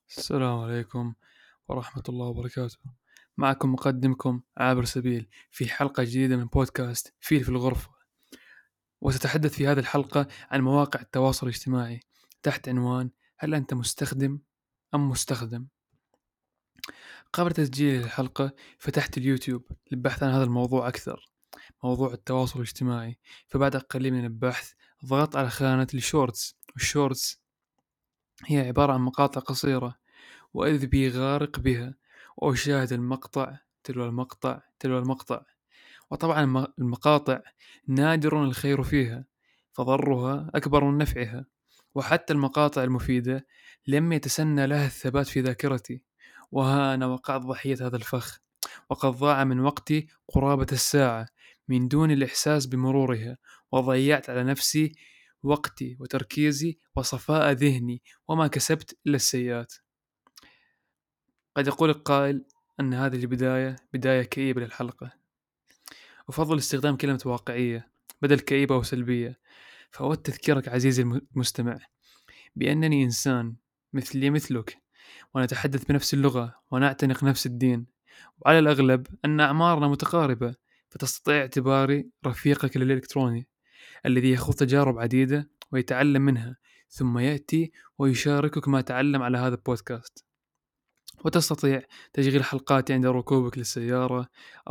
السلام عليكم ورحمة الله وبركاته. معكم مقدمكم عابر سبيل في حلقة جديدة من بودكاست فيل في الغرفة. وسأتحدث في هذه الحلقة عن مواقع التواصل الاجتماعي تحت عنوان: هل أنت مستخدم أم مستخدم؟ قبل تسجيل الحلقة فتحت اليوتيوب للبحث عن هذا الموضوع أكثر، موضوع التواصل الاجتماعي. فبعد قليل من البحث ضغطت على خانة الشورتس، والشورتس هي عبارة عن مقاطع قصيرة، وإذ بي غارق بها وأشاهد المقطع تلو المقطع تلو المقطع. وطبعا المقاطع نادر الخير فيها، فضرها أكبر من نفعها. وحتى المقاطع المفيدة لم يتسنى لها الثبات في ذاكرتي، وها أنا وقعت ضحية هذا الفخ، وقد ضاع من وقتي قرابة الساعة من دون الإحساس بمرورها، وضيعت على نفسي وقتي وتركيزي وصفاء ذهني، وما كسبت إلا السيئات. قد يقول القائل أن هذه البداية بداية كئيبة للحلقة. أفضل استخدام كلمة واقعية بدل كئيبة وسلبية. فأود تذكيرك عزيزي المستمع بأنني إنسان مثلي مثلك، ونتحدث بنفس اللغة ونعتنق نفس الدين، وعلى الأغلب أن أعمارنا متقاربة. فتستطيع اعتباري رفيقك الإلكتروني الذي يخوض تجارب عديدة ويتعلم منها، ثم يأتي ويشاركك ما تعلم على هذا البودكاست. وتستطيع تشغيل حلقاتي عند ركوبك للسيارة،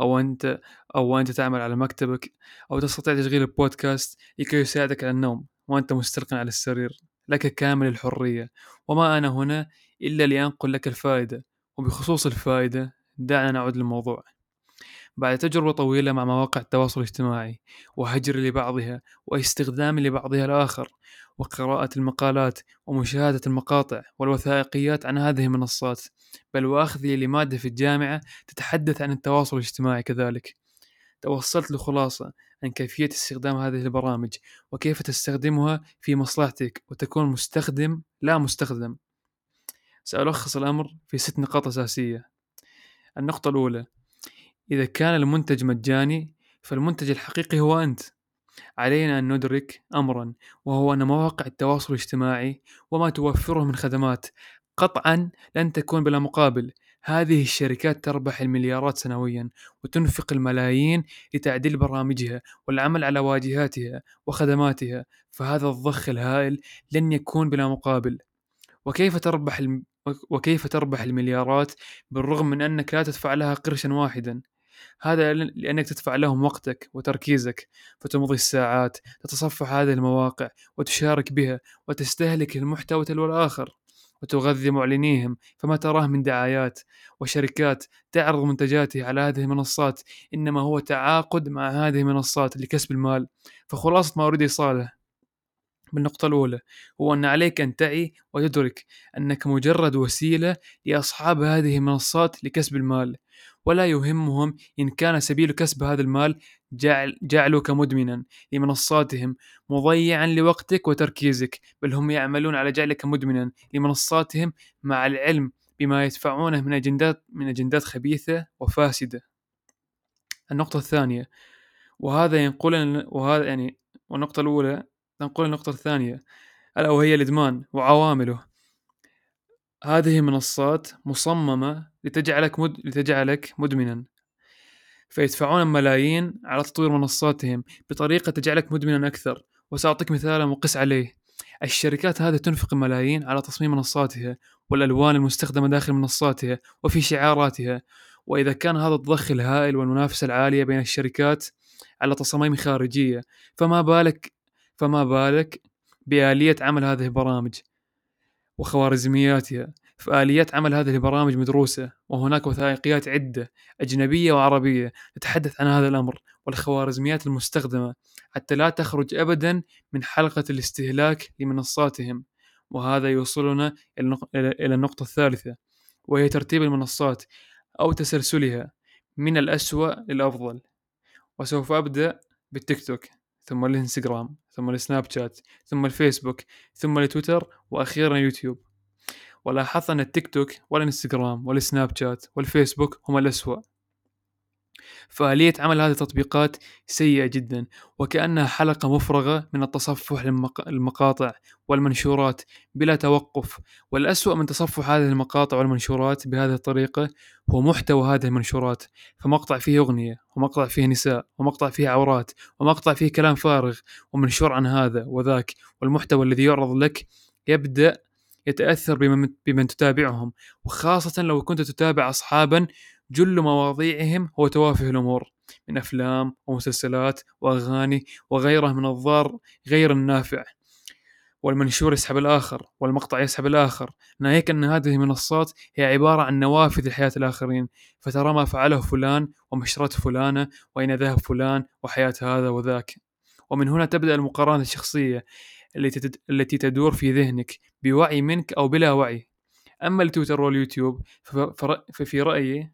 أو أنت تعمل على مكتبك، أو تستطيع تشغيل البودكاست لكي يساعدك على النوم وأنت مستلقٍ على السرير. لك كامل الحرية، وما أنا هنا إلا لأنقل لك الفائدة. وبخصوص الفائدة دعنا نعود للموضوع. بعد تجربة طويلة مع مواقع التواصل الاجتماعي، وهجر لبعضها واستخدام لبعضها الآخر، وقراءة المقالات ومشاهدة المقاطع والوثائقيات عن هذه المنصات، بل وأخذي لمادة في الجامعة تتحدث عن التواصل الاجتماعي كذلك، توصلت لخلاصة عن كيفية استخدام هذه البرامج وكيف تستخدمها في مصلحتك وتكون مستخدم لا مستخدم. سألخص الأمر في 6 نقاط أساسية. النقطة الأولى: إذا كان المنتج مجاني فالمنتج الحقيقي هو أنت. علينا أن ندرك أمرا، وهو أن مواقع التواصل الاجتماعي وما توفره من خدمات قطعا لن تكون بلا مقابل. هذه الشركات تربح المليارات سنويا، وتنفق الملايين لتعديل برامجها والعمل على واجهاتها وخدماتها، فهذا الضخ الهائل لن يكون بلا مقابل. وكيف تربح وكيف تربح المليارات بالرغم من أنك لا تدفع لها قرشا واحدا؟ هذا لأنك تدفع لهم وقتك وتركيزك، فتمضي الساعات تتصفح هذه المواقع وتشارك بها وتستهلك المحتوى تلو الآخر، وتغذي معلنيهم. فما تراه من دعايات وشركات تعرض منتجاتها على هذه المنصات إنما هو تعاقد مع هذه المنصات لكسب المال. فخلاصة ما أريد إيصاله بالنقطة الأولى هو أن عليك أن تعي وتدرك أنك مجرد وسيلة لأصحاب هذه المنصات لكسب المال، ولا يهمهم إن كان سبيل كسب هذا المال جعلك مدمنا لمنصاتهم مضيعا لوقتك وتركيزك، بل هم يعملون على جعلك مدمنا لمنصاتهم مع العلم بما يدفعونه من أجندات خبيثة وفاسدة. النقطة الثانية، والنقطة الأولى تنقل النقطة الثانية، ألا وهي الإدمان وعوامله. هذه منصات مصممة لتجعلك مدمنا، فيدفعون ملايين على تطوير منصاتهم بطريقة تجعلك مدمنا أكثر. وسأعطيك مثالا وقس عليه. الشركات هذه تنفق ملايين على تصميم منصاتها والألوان المستخدمة داخل منصاتها وفي شعاراتها. وإذا كان هذا الضخ الهائل والمنافسة العالية بين الشركات على تصاميم خارجية، فما بالك بآلية عمل هذه البرامج وخوارزمياتها. فآليات عمل هذه البرامج مدروسة، وهناك وثائقيات عدة أجنبية وعربية تتحدث عن هذا الأمر والخوارزميات المستخدمة، حتى لا تخرج أبدا من حلقة الاستهلاك لمنصاتهم. وهذا يوصلنا إلى النقطة الثالثة، وهي ترتيب المنصات أو تسلسلها من الأسوأ للأفضل. وسوف أبدأ بالتيك توك، ثم الانستغرام، ثم السناب شات، ثم الفيسبوك، ثم التويتر، وأخيرا يوتيوب. ولاحظت أن التيك توك والانستغرام والسناب شات والفيسبوك هما الأسوأ. فآلية عمل هذه التطبيقات سيئة جدًا، وكأنها حلقة مفرغة من التصفح المقاطع والمنشورات بلا توقف، والأسوأ من تصفح هذه المقاطع والمنشورات بهذه الطريقة هو محتوى هذه المنشورات، فمقطع فيه أغنية، ومقطع فيه نساء، ومقطع فيه عورات، ومقطع فيه كلام فارغ، ومنشور عن هذا وذاك، والمحتوى الذي يُعرض لك يبدأ يتأثر بمن تتابعهم، وخاصةً لو كنت تتابع أصحابًا جل مواضيعهم هو توافه الأمور من أفلام ومسلسلات وأغاني وغيرها من الضار غير النافع، والمنشور يسحب الآخر والمقطع يسحب الآخر، ناهيك أن هذه المنصات هي عبارة عن نوافذ لحياة الآخرين، فترى ما فعله فلان ومشرت فلانة وأين ذهب فلان وحياة هذا وذاك، ومن هنا تبدأ المقارنة الشخصية التي تدور في ذهنك بوعي منك أو بلا وعي. أما التويتر واليوتيوب ففي رأيي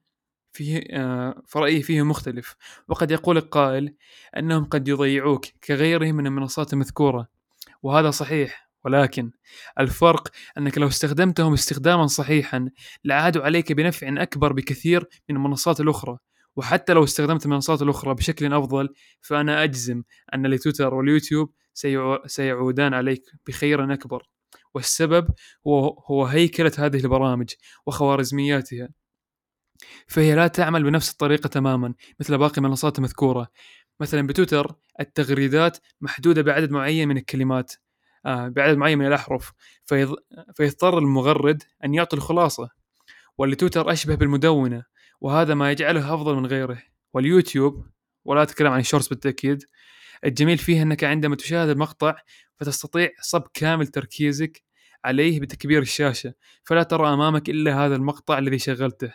فرأيي فيه مختلف، وقد يقول القائل أنهم قد يضيعوك كغيرهم من المنصات المذكورة، وهذا صحيح، ولكن الفرق أنك لو استخدمتهم استخداما صحيحا لعادوا عليك بنفع أكبر بكثير من المنصات الأخرى. وحتى لو استخدمت المنصات الأخرى بشكل أفضل فأنا أجزم أن التويتر واليوتيوب سيعودان عليك بخير أكبر، والسبب هو هيكلة هذه البرامج وخوارزمياتها، فهي لا تعمل بنفس الطريقة تماما مثل باقي المنصات المذكورة. مثلا بتويتر التغريدات محدودة بعدد معين من الكلمات، بعدد معين من الأحرف، فيضطر المغرد أن يعطي الخلاصة، والتويتر أشبه بالمدونة، وهذا ما يجعله أفضل من غيره. واليوتيوب، ولا أتكلم عن الشورتس بالتأكيد، الجميل فيه أنك عندما تشاهد المقطع فتستطيع صب كامل تركيزك عليه بتكبير الشاشة، فلا ترى أمامك إلا هذا المقطع الذي شغلته.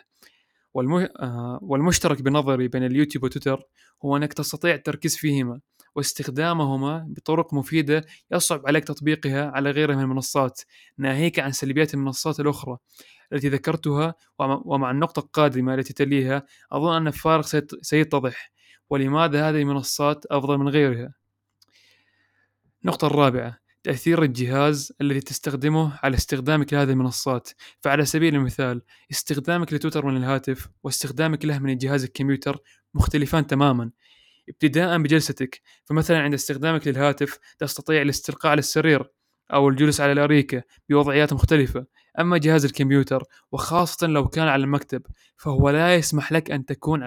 والمشترك بنظري بين اليوتيوب وتويتر هو أنك تستطيع التركيز فيهما واستخدامهما بطرق مفيدة يصعب عليك تطبيقها على غيرها من المنصات، ناهيك عن سلبيات المنصات الأخرى التي ذكرتها. ومع النقطة القادمة التي تليها أظن أن الفارق سيتضح، ولماذا هذه المنصات أفضل من غيرها. النقطة الرابعة: تأثير الجهاز الذي تستخدمه على استخدامك لهذه المنصات. فعلى سبيل المثال استخدامك لتويتر من الهاتف واستخدامك له من جهاز الكمبيوتر مختلفان تماما، ابتداء بجلستك. فمثلا عند استخدامك للهاتف تستطيع الاستلقاء على السرير أو الجلوس على الأريكة بوضعيات مختلفة، أما جهاز الكمبيوتر وخاصة لو كان على المكتب فهو لا يسمح لك أن تكون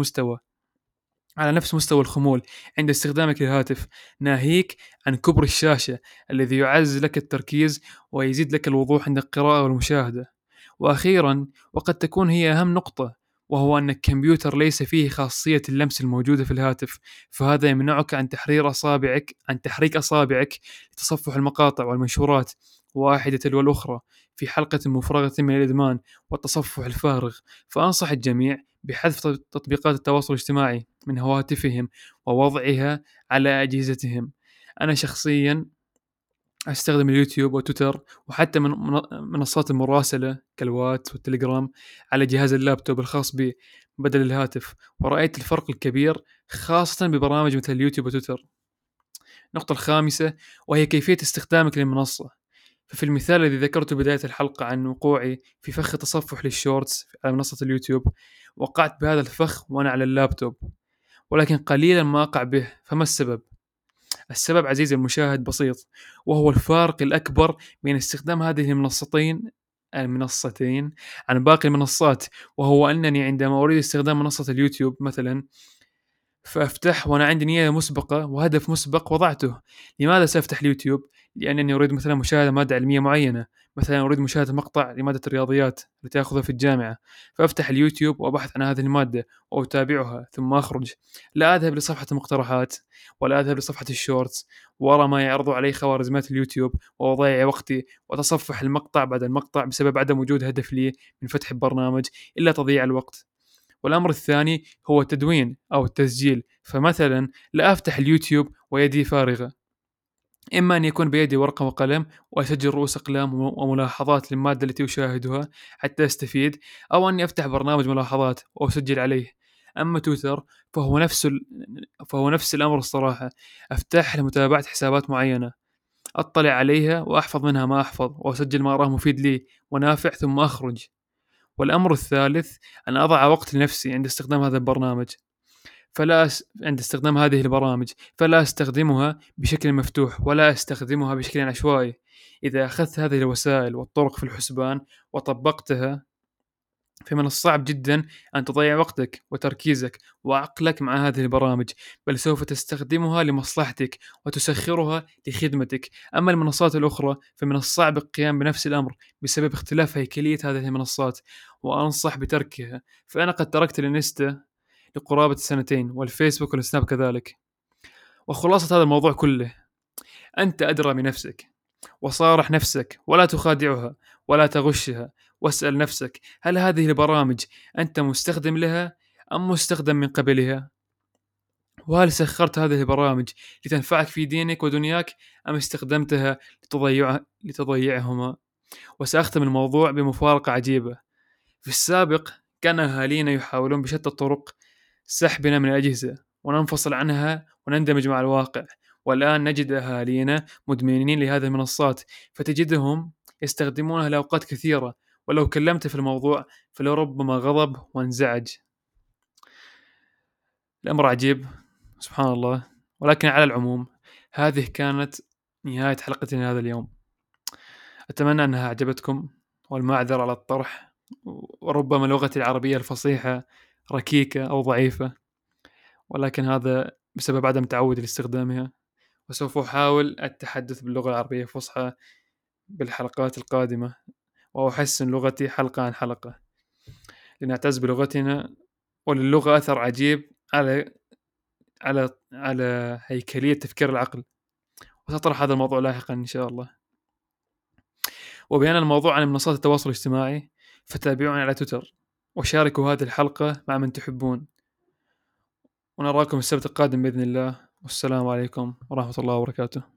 على نفس مستوى الخمول عند استخدامك للهاتف، ناهيك عن كبر الشاشة الذي يعزز لك التركيز ويزيد لك الوضوح عند القراءة والمشاهدة. وأخيرا، وقد تكون هي أهم نقطة، وهو أن الكمبيوتر ليس فيه خاصية اللمس الموجودة في الهاتف، فهذا يمنعك عن تحريك أصابعك لتصفح المقاطع والمنشورات واحدة تلو الأخرى في حلقة مفرغة من الإدمان والتصفح الفارغ. فأنصح الجميع بحذف تطبيقات التواصل الاجتماعي من هواتفهم ووضعها على أجهزتهم. أنا شخصيا أستخدم اليوتيوب وتويتر وحتى من منصات المراسلة كالواتس والتليجرام على جهاز اللابتوب الخاص بي بدل الهاتف، ورأيت الفرق الكبير خاصة ببرامج مثل اليوتيوب وتويتر. النقطة الخامسة وهي كيفية استخدامك للمنصة. ففي المثال الذي ذكرته بداية الحلقة عن وقوعي في فخ تصفح للشورتس على منصة اليوتيوب، وقعت بهذا الفخ وأنا على اللابتوب، ولكن قليلا ما أقع به. فما السبب؟ السبب عزيزي المشاهد بسيط، وهو الفارق الأكبر بين استخدام هذه المنصتين عن باقي المنصات، وهو أنني عندما أريد استخدام منصة اليوتيوب مثلا فأفتح وأنا عندي نية مسبقة وهدف مسبق وضعته. لماذا سأفتح اليوتيوب؟ لأنني أريد مثلا مشاهدة مادة علمية معينة، مثلا أريد مشاهدة مقطع لمادة الرياضيات التي أخذها في الجامعة، فأفتح اليوتيوب وأبحث عن هذه المادة وأتابعها ثم أخرج. لا أذهب لصفحة المقترحات ولا أذهب لصفحة الشورتس وأرى ما يعرض علي خوارزميات اليوتيوب وأضيع وقتي وأتصفح المقطع بعد المقطع بسبب عدم وجود هدف لي من فتح البرنامج إلا تضييع الوقت. والأمر الثاني هو التدوين أو التسجيل. فمثلا لا أفتح اليوتيوب ويدي فارغة، إما أن يكون بيدي ورقة وقلم وأسجل رؤوس أقلام وملاحظات للمادة التي أشاهدها حتى أستفيد، أو أني أفتح برنامج ملاحظات وأسجل عليه. أما تويتر فهو نفس الأمر الصراحة، أفتح لمتابعة حسابات معينة، أطلع عليها وأحفظ منها ما أحفظ وأسجل ما أراه مفيد لي ونافع ثم أخرج. والأمر الثالث أن أضع وقت لنفسي عند استخدام هذا البرنامج، عند استخدام هذه البرامج فلا أستخدمها بشكل مفتوح ولا أستخدمها بشكل عشوائي. إذا أخذت هذه الوسائل والطرق في الحسبان وطبقتها، فمن الصعب جدا أن تضيع وقتك وتركيزك وعقلك مع هذه البرامج، بل سوف تستخدمها لمصلحتك وتسخرها لخدمتك. أما المنصات الأخرى فمن الصعب القيام بنفس الأمر بسبب اختلاف هيكلية هذه المنصات، وأنصح بتركها. فأنا قد تركت الانستا لقرابة 2 والفيسبوك والسناب كذلك. وخلاصة هذا الموضوع كله، أنت أدرى بنفسك، وصارح نفسك ولا تخادعها ولا تغشها، واسأل نفسك: هل هذه البرامج أنت مستخدم لها أم مستخدم من قبلها؟ وهل سخرت هذه البرامج لتنفعك في دينك ودنياك أم استخدمتها لتضيعهما؟ وسأختم الموضوع بمفارقة عجيبة. في السابق كان أهالينا يحاولون بشتى الطرق سحبنا من الأجهزة وننفصل عنها ونندمج مع الواقع، والآن نجد أهالينا مدمنين لهذه المنصات، فتجدهم يستخدمونها لأوقات كثيرة، ولو كلمت في الموضوع فلربما غضب وانزعج. الأمر عجيب، سبحان الله. ولكن على العموم، هذه كانت نهاية حلقتنا هذا اليوم. أتمنى أنها أعجبتكم، والمعذرة على الطرح، وربما لغتي العربية الفصيحة ركيكة أو ضعيفة، ولكن هذا بسبب عدم تعودي لاستخدامها. وسوف أحاول التحدث باللغة العربية الفصحى بالحلقات القادمة، وأحسن لغتي حلقة عن حلقة، لنعتز بلغتنا، وللغة أثر عجيب على هيكلية تفكير العقل. وسأطرح هذا الموضوع لاحقا إن شاء الله. وبيان الموضوع عن منصات التواصل الاجتماعي فتابعوني على تويتر، وشاركوا هذه الحلقة مع من تحبون، ونراكم السبت القادم بإذن الله. والسلام عليكم ورحمة الله وبركاته.